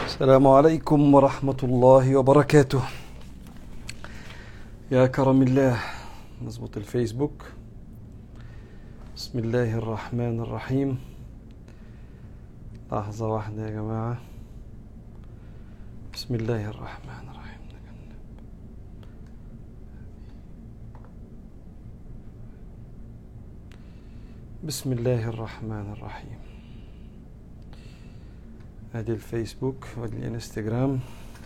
السلام عليكم ورحمة الله وبركاته. يا كرم الله، نظبط الفيسبوك. بسم الله الرحمن الرحيم. لحظة واحدة يا جماعة. بسم الله الرحمن الرحيم. بسم الله الرحمن الرحيم. ادي الفيسبوك وادي الانستجرام.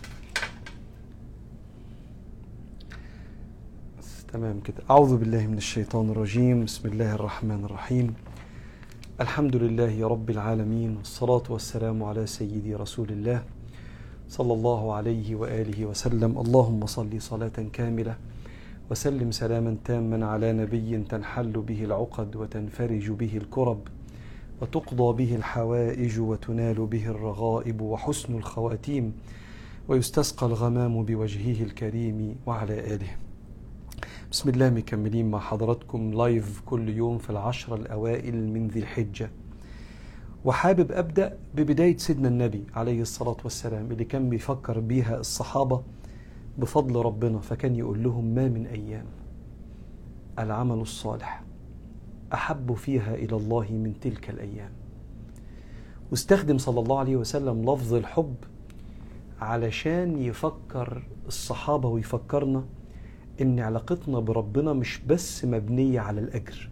تمام كده. أعوذ بالله من الشيطان الرجيم. بسم الله الرحمن الرحيم. الحمد لله رب العالمين، والصلاة والسلام على سيدي رسول الله صلى الله عليه وآله وسلم. اللهم صل صلاة كاملة وسلم سلاما تاما على نبي تنحل به العقد وتنفرج به الكرب وتقضى به الحوائج وتنال به الرغائب وحسن الخواتيم ويستسقى الغمام بوجهه الكريم وعلى آله. بسم الله، مكملين مع حضراتكم لايف كل يوم في العشر الأوائل من ذي الحجة. وحابب أبدأ ببداية سيدنا النبي عليه الصلاة والسلام اللي كان بيفكر بيها الصحابة بفضل ربنا، فكان يقول لهم: ما من أيام العمل الصالح أحب فيها إلى الله من تلك الأيام. واستخدم صلى الله عليه وسلم لفظ الحب علشان يفكر الصحابة ويفكرنا إن علاقتنا بربنا مش بس مبنية على الأجر.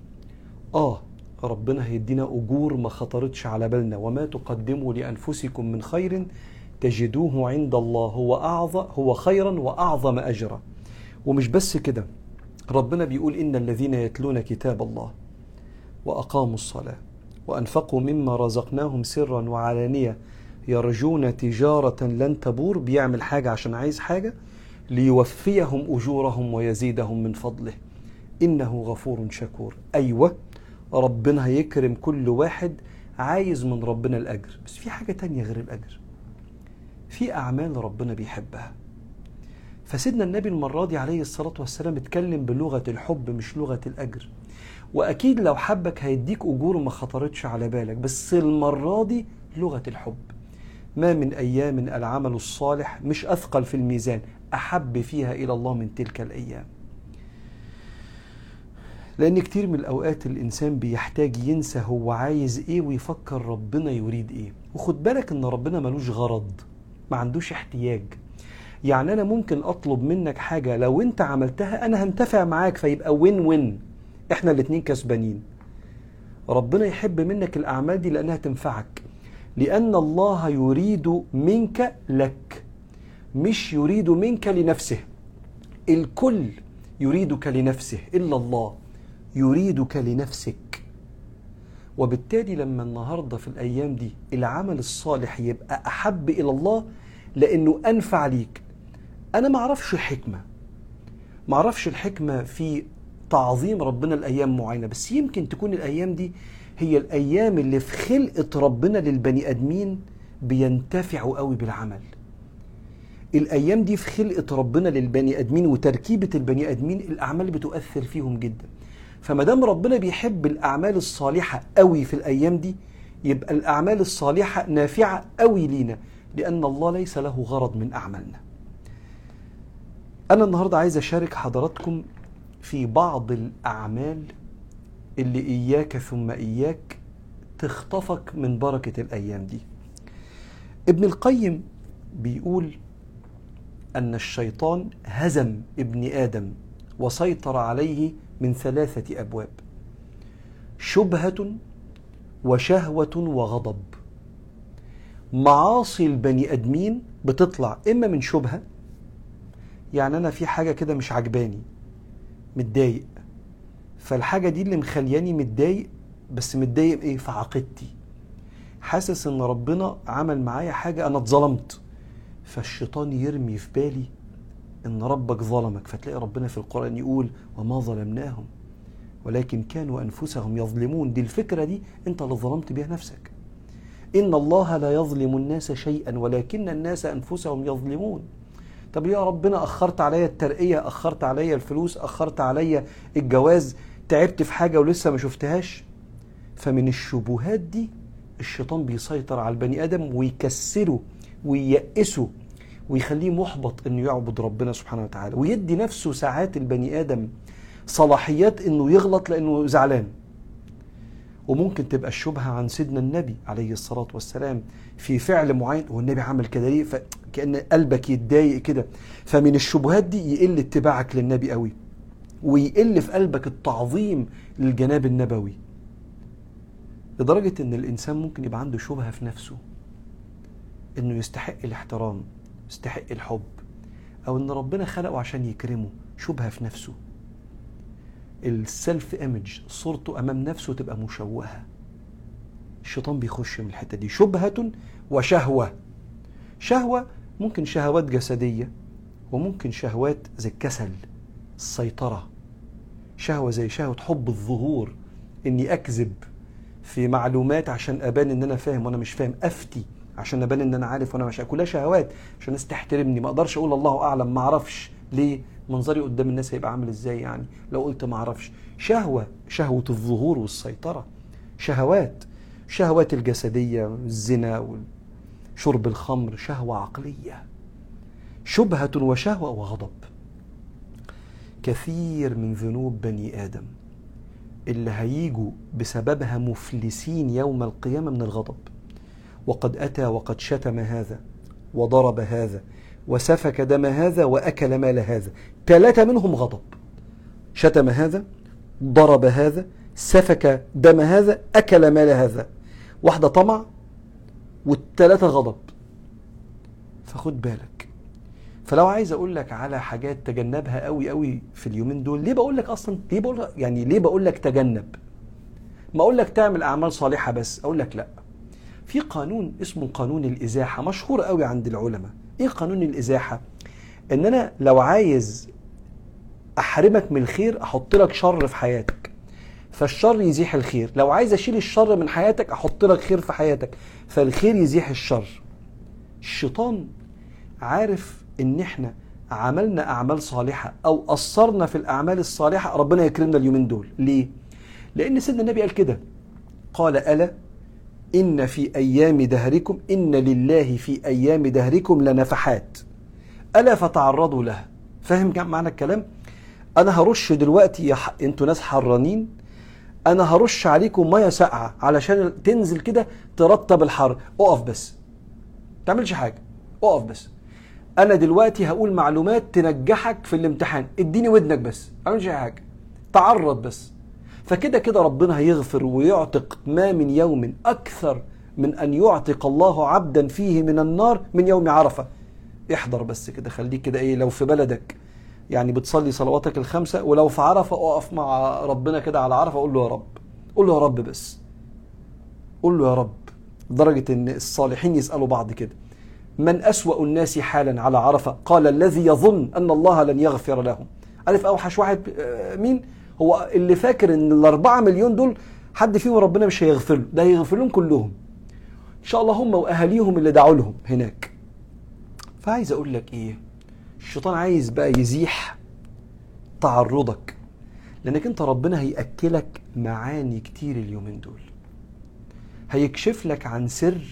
ربنا هيدينا أجور ما خطرتش على بالنا، وما تقدموا لأنفسكم من خير تجدوه عند الله هو خيرا وأعظم أجرا. ومش بس كده، ربنا بيقول: إن الذين يتلون كتاب الله وأقاموا الصلاة وأنفقوا مما رزقناهم سرا وعلانية يرجون تجارة لن تبور. بيعمل حاجة عشان عايز حاجة، ليوفيهم أجورهم ويزيدهم من فضله إنه غفور شكور. أيوة، ربنا هيكرم كل واحد عايز من ربنا الأجر، بس في حاجة تانية غير الأجر، في أعمال ربنا بيحبها. فسيدنا النبي المرة دي عليه الصلاة والسلام اتكلم بلغة الحب مش لغة الأجر. وأكيد لو حبك هيديك أجور ما خطرتش على بالك، بس المرة دي لغة الحب. ما من أيام العمل الصالح مش أثقل في الميزان أحب فيها إلى الله من تلك الأيام. لأن كتير من الأوقات الإنسان بيحتاج ينسى هو عايز إيه ويفكر ربنا يريد إيه. وخد بالك إن ربنا ملوش غرض، ما عندوش احتياج. يعني أنا ممكن أطلب منك حاجة لو أنت عملتها أنا هنتفع معاك، فيبقى وين وين، إحنا الاتنين كسبانين. ربنا يحب منك الأعمال دي لأنها تنفعك، لأن الله يريد منك لك، مش يريد منك لنفسه. الكل يريدك لنفسه إلا الله يريدك لنفسك. وبالتالي لما النهاردة في الأيام دي العمل الصالح يبقى أحب إلى الله لأنه أنفع ليك. أنا معرفش الحكمة في تعظيم ربنا الأيام معينة، بس يمكن تكون الأيام دي هي الأيام اللي في خلقة ربنا للبني أدمين بينتفعوا قوي بالعمل. الأيام دي في خلقة ربنا للبني أدمين وتركيبة البني أدمين، الأعمال بتؤثر فيهم جدا. فمادام ربنا بيحب الأعمال الصالحة قوي في الأيام دي، يبقى الأعمال الصالحة نافعة قوي لينا، لأن الله ليس له غرض من أعمالنا. أنا النهاردة عايز أشارك حضراتكم في بعض الأعمال اللي إياك ثم إياك تخطفك من بركة الأيام دي. ابن القيم بيقول أن الشيطان هزم ابن آدم وسيطر عليه من 3 أبواب: شبهة وشهوة وغضب. معاصي البني أدمين بتطلع إما من شبهة، يعني أنا في حاجة كده مش عجباني، متضايق، فالحاجة دي اللي مخلياني متضايق، بس متضايق إيه؟ في عقيدتي، حاسس إن ربنا عمل معايا حاجة أنا اتظلمت، فالشيطان يرمي في بالي إن ربك ظلمك، فتلاقي ربنا في القرآن يقول: وما ظلمناهم ولكن كانوا أنفسهم يظلمون. دي الفكرة دي أنت اللي ظلمت بيها نفسك. إن الله لا يظلم الناس شيئا ولكن الناس أنفسهم يظلمون. طب يا ربنا أخرت عليا الترقية، أخرت عليا الفلوس، أخرت عليا الجواز، تعبت في حاجة ولسه ما شفتهاش. فمن الشبهات دي الشيطان بيسيطر على البني آدم ويكسره وييأسه ويخليه محبط انه يعبد ربنا سبحانه وتعالى، ويدي نفسه ساعات البني ادم صلاحيات انه يغلط لانه زعلان. وممكن تبقى الشبهة عن سيدنا النبي عليه الصلاة والسلام في فعل معين، والنبي عمل كده ليه؟ فكأن قلبك يتضايق كده، فمن الشبهات دي يقل اتباعك للنبي قوي، ويقل في قلبك التعظيم للجناب النبوي، لدرجة ان الانسان ممكن يبقى عنده شبهة في نفسه انه يستحق الاحترام، يستحق الحب، او ان ربنا خلقه عشان يكرمه. شبهة في نفسه، السلف ايمج، صورته امام نفسه تبقى مشوهة. الشيطان بيخش من الحتة دي. شبهة وشهوة. شهوة ممكن شهوات جسدية، وممكن شهوات زي الكسل، السيطرة. شهوة زي شهوة حب الظهور، اني اكذب في معلومات عشان ابان ان انا فاهم وانا مش فاهم، افتي عشان ابان ان انا عارف وانا مش، كلها شهوات عشان الناس تحترمني. ما اقدرش اقول الله اعلم، ما اعرفش ليه، منظري قدام الناس هيبقى عامل ازاي يعني لو قلت ما اعرفش. شهوة الظهور والسيطرة. شهوات الجسدية، الزنا وشرب الخمر، شهوة عقلية. شبهة وشهوة وغضب. كثير من ذنوب بني آدم اللي هيجوا بسببها مفلسين يوم القيامة من الغضب. وقد أتى وقد شتم هذا، وضرب هذا، وسفك دم هذا، وأكل مال هذا. 3 منهم غضب. شتم هذا، ضرب هذا، سفك دم هذا، أكل مال هذا. واحدة طمع، والثلاثة غضب. فخد بالك. فلو عايز اقول لك على حاجات تجنبها قوي قوي في اليومين دول، ليه بقول لك اصلا، ليه بقول لك تجنب؟ ما اقول لك تعمل اعمال صالحة بس، اقول لك لا. في قانون اسمه قانون الازاحة، مشهور قوي عند العلماء. ايه قانون الازاحة؟ ان انا لو عايز احرمك من الخير احط لك شر في حياتك، فالشر يزيح الخير. لو عايز اشيل الشر من حياتك احط لك خير في حياتك، فالخير يزيح الشر. الشيطان عارف ان احنا عملنا اعمال صالحة او قصرنا في الاعمال الصالحة ربنا يكرمنا اليومين دول. ليه؟ لان سيدنا النبي قال كده، قال ألا إن في أيام دهركم، إن لله في أيام دهركم لنفحات ألا فتعرضوا لها. فاهم معنى الكلام؟ أنا هرش دلوقتي أنتوا ناس حرانين، أنا هرش عليكم مية ساقعة علشان تنزل كده ترطب الحر. أقف بس، تعملش حاجة، أقف بس. أنا دلوقتي هقول معلومات تنجحك في الامتحان، اديني ودنك بس، تعملش حاجة، تعرض بس. فكده كده ربنا هيغفر ويعتق ما من يوم أكثر من أن يعتق الله عبدا فيه من النار من يوم عرفة. احضر بس كده، خليك كده ايه، لو في بلدك يعني بتصلي صلواتك ال5، ولو في عرفة اقف مع ربنا كده على عرفة، قول له يا رب، قول له يا رب بس، قول له يا رب. لدرجة ان الصالحين يسألوا بعض كده، من أسوأ الناس حالا على عرفة؟ قال الذي يظن أن الله لن يغفر لهم. عارف أوحش واحد مين؟ هو اللي فاكر ان ال4 مليون دول حد فيهم ربنا مش هيغفر له، ده هيغفر لهم كلهم ان شاء الله، هم واهاليهم اللي دعوا لهم هناك. فعايز اقول لك ايه، الشيطان عايز بقى يزيح تعرضك، لانك انت ربنا هيأكلك معاني كتير اليومين دول، هيكشف لك عن سر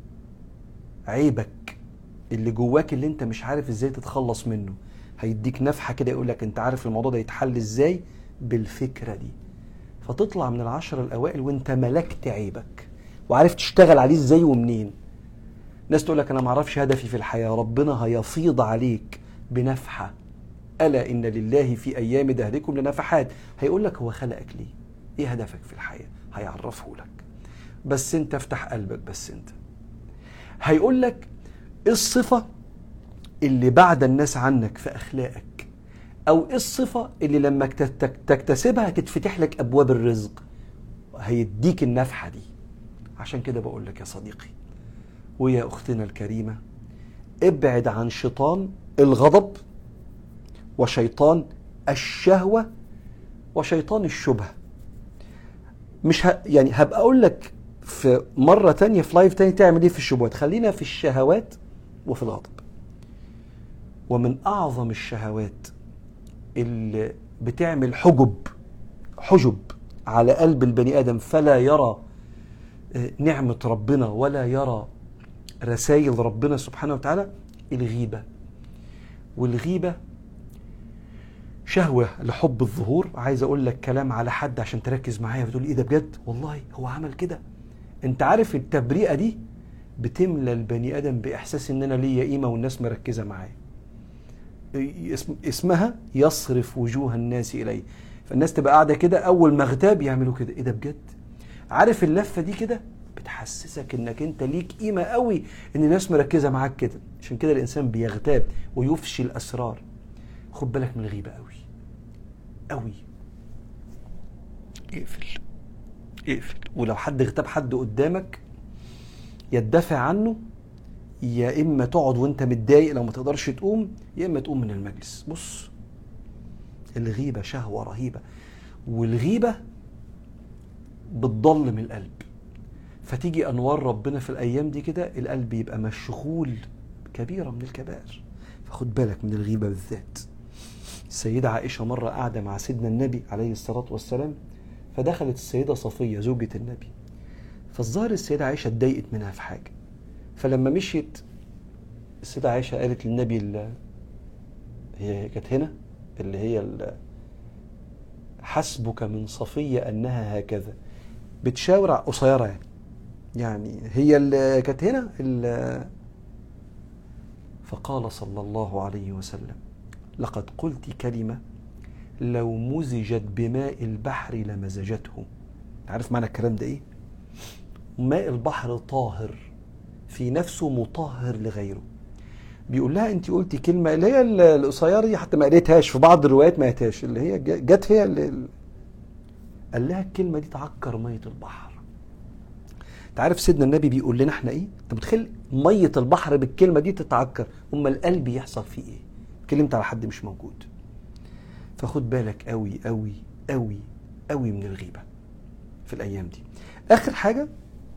عيبك اللي جواك اللي انت مش عارف ازاي تتخلص منه. هيديك نفحة كده يقول لك انت عارف الموضوع ده يتحل ازاي؟ بالفكرة دي. فتطلع من ال10 الأوائل وانت ملكت عيبك وعارف تشتغل عليه ازاي ومنين. ناس تقول لك انا معرفش هدفي في الحياة، ربنا هيفيض عليك بنفحة. ألا إن لله في أيام دهركم لنفحات. هيقول لك هو خلقك ليه؟ ايه هدفك في الحياة؟ هيعرفه لك، بس انت افتح قلبك بس انت. هيقول لك ايه الصفة اللي بعد الناس عنك في أخلاقك، أو إيه الصفة اللي لما تكتسبها تتفتح لك أبواب الرزق. هيديك النفحة دي. عشان كده بقول لك يا صديقي ويا أختنا الكريمة، ابعد عن شيطان الغضب، وشيطان الشهوة، وشيطان الشبهة. مش يعني هبقى أقول لك في مرة تانية في لايف تاني تعمل إيه في الشبهات. خلينا في الشهوات وفي الغضب. ومن أعظم الشهوات اللي بتعمل حجب على قلب البني آدم، فلا يرى نعمة ربنا ولا يرى رسائل ربنا سبحانه وتعالى الغيبة. والغيبة شهوة لحب الظهور. عايز اقول لك كلام على حد عشان تركز معايا، بتقول ايه ده بجد؟ والله هو عمل كده. انت عارف التبرئة دي بتملى البني ادم باحساس ان انا ليا قيمة والناس مركزة معايا. اسمها يصرف وجوه الناس اليه. فالناس تبقى قاعدة كده، اول ما اغتاب يعملوا كده، ايه ده بجد؟ عارف اللفة دي كده بتحسسك انك انت ليك قيمة قوي، ان الناس مركزة معاك كده. عشان كده الانسان بيغتاب ويفشي الاسرار. خد بالك من الغيبة قوي قوي. اقفل. ولو حد اغتاب حد قدامك، يدافع عنه، يا اما تقعد وانت متضايق لو ما تقدرش تقوم، يا اما تقوم من المجلس. بص، الغيبة شهوة رهيبة، والغيبة بتضلم القلب. فتيجي انوار ربنا في الايام دي كده، القلب يبقى مشغول كبيرة من الكبائر. فخد بالك من الغيبة بالذات. السيدة عائشة مرة قاعدة مع سيدنا النبي عليه الصلاة والسلام، فدخلت السيدة صفية زوجة النبي. فالظاهر السيدة عائشة اتضايقت منها في حاجة، فلما مشيت السيدة عائشة قالت للنبي هي كانت هنا، اللي هي حسبك من صفية أنها هكذا، بتشاور قصيرة يعني هي اللي كانت هنا فقال صلى الله عليه وسلم: لقد قلت كلمة لو مزجت بماء البحر لمزجته. عارف معنى الكلام ده ايه؟ ماء البحر طاهر في نفسه، مطهر لغيره. بيقول لها انت قلتي كلمة اللي هي القصيرة دي، حتى ما قريتهاش في بعض الروايات، ما قريتهاش، اللي هي جت هي قال لها الكلمة دي تعكر مية البحر. تعرف سيدنا النبي بيقول لنا احنا ايه؟ انت متخيل مية البحر بالكلمة دي تتعكر؟ اما القلب يحصل فيه ايه؟ اتكلمت على حد مش موجود. فخد بالك قوي قوي قوي قوي من الغيبة في الايام دي. اخر حاجة،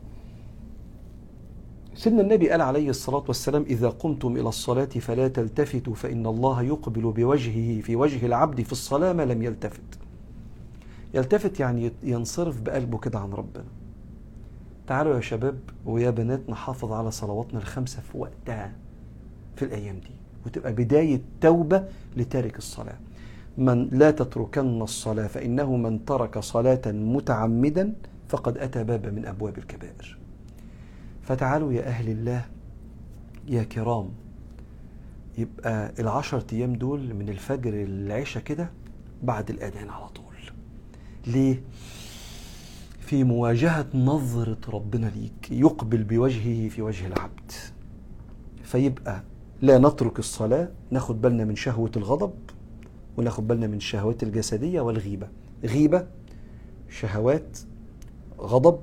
سيدنا النبي قال عليه الصلاة والسلام: إذا قمتم إلى الصلاة فلا تلتفتوا فإن الله يقبل بوجهه في وجه العبد في الصلاة ما لم يلتفت. يلتفت يعني ينصرف بقلبه كده عن ربنا. تعالوا يا شباب ويا بنات نحافظ على صلواتنا الخمسة في وقتها في الأيام دي، وتبقى بداية توبة لتارك الصلاة. من لا تتركن الصلاة فإنه من ترك صلاة متعمدا فقد أتى بابا من أبواب الكبائر. فتعالوا يا أهل الله يا كرام، يبقى 10 أيام دول من الفجر للعشاء كده بعد الأذان على طول. ليه؟ في مواجهة نظرة ربنا ليك، يقبل بوجهه في وجه العبد. فيبقى لا نترك الصلاة، ناخد بالنا من شهوة الغضب، وناخد بالنا من الشهوات الجسدية والغيبة. غيبة، شهوات، غضب،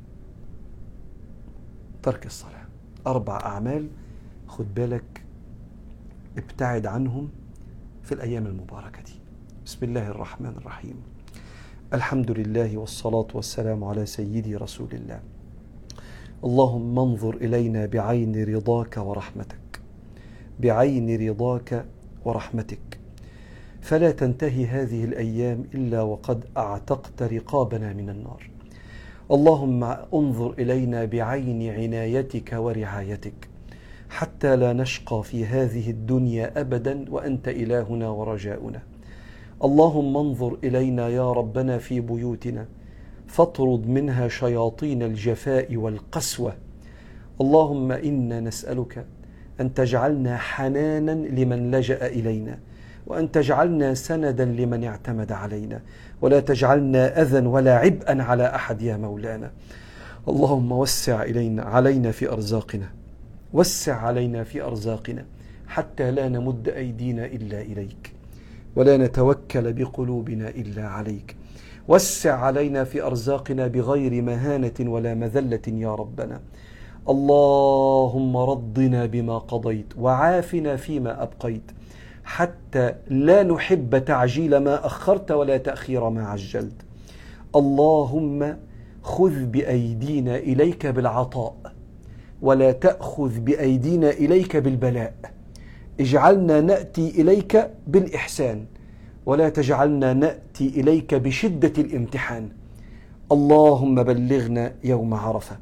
ترك الصلاة. 4 أعمال خد بالك ابتعد عنهم في الأيام المباركة دي. بسم الله الرحمن الرحيم. الحمد لله والصلاة والسلام على سيدي رسول الله. اللهم انظر إلينا بعين رضاك ورحمتك، بعين رضاك ورحمتك، فلا تنتهي هذه الأيام إلا وقد أعتقت رقابنا من النار. اللهم انظر إلينا بعين عنايتك ورعايتك حتى لا نشقى في هذه الدنيا أبدا وأنت إلهنا ورجاؤنا. اللهم انظر إلينا يا ربنا في بيوتنا فاطرد منها شياطين الجفاء والقسوة. اللهم إنا نسألك أن تجعلنا حنانا لمن لجأ إلينا، وأن تجعلنا سندا لمن اعتمد علينا، ولا تجعلنا أذى ولا عبئا على أحد يا مولانا. اللهم وسع علينا في أرزاقنا، وسع علينا في أرزاقنا حتى لا نمد أيدينا إلا إليك، ولا نتوكل بقلوبنا إلا عليك. وسع علينا في أرزاقنا بغير مهانة ولا مذلة يا ربنا. اللهم رضنا بما قضيت وعافنا فيما أبقيت، حتى لا نحب تعجيل ما أخرت ولا تأخير ما عجلت. اللهم خذ بأيدينا إليك بالعطاء، ولا تأخذ بأيدينا إليك بالبلاء. اجعلنا نأتي إليك بالإحسان، ولا تجعلنا نأتي إليك بشدة الامتحان. اللهم بلغنا يوم عرفة،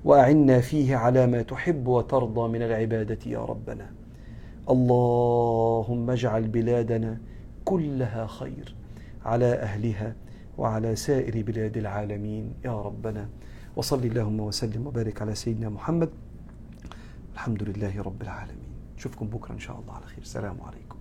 وأعنا فيه على ما تحب وترضى من العبادة يا ربنا. اللهم اجعل بلادنا كلها خير على أهلها وعلى سائر بلاد العالمين يا ربنا. وصل اللهم وسلم وبارك على سيدنا محمد. الحمد لله رب العالمين. نشوفكم بكرة إن شاء الله على خير. السلام عليكم.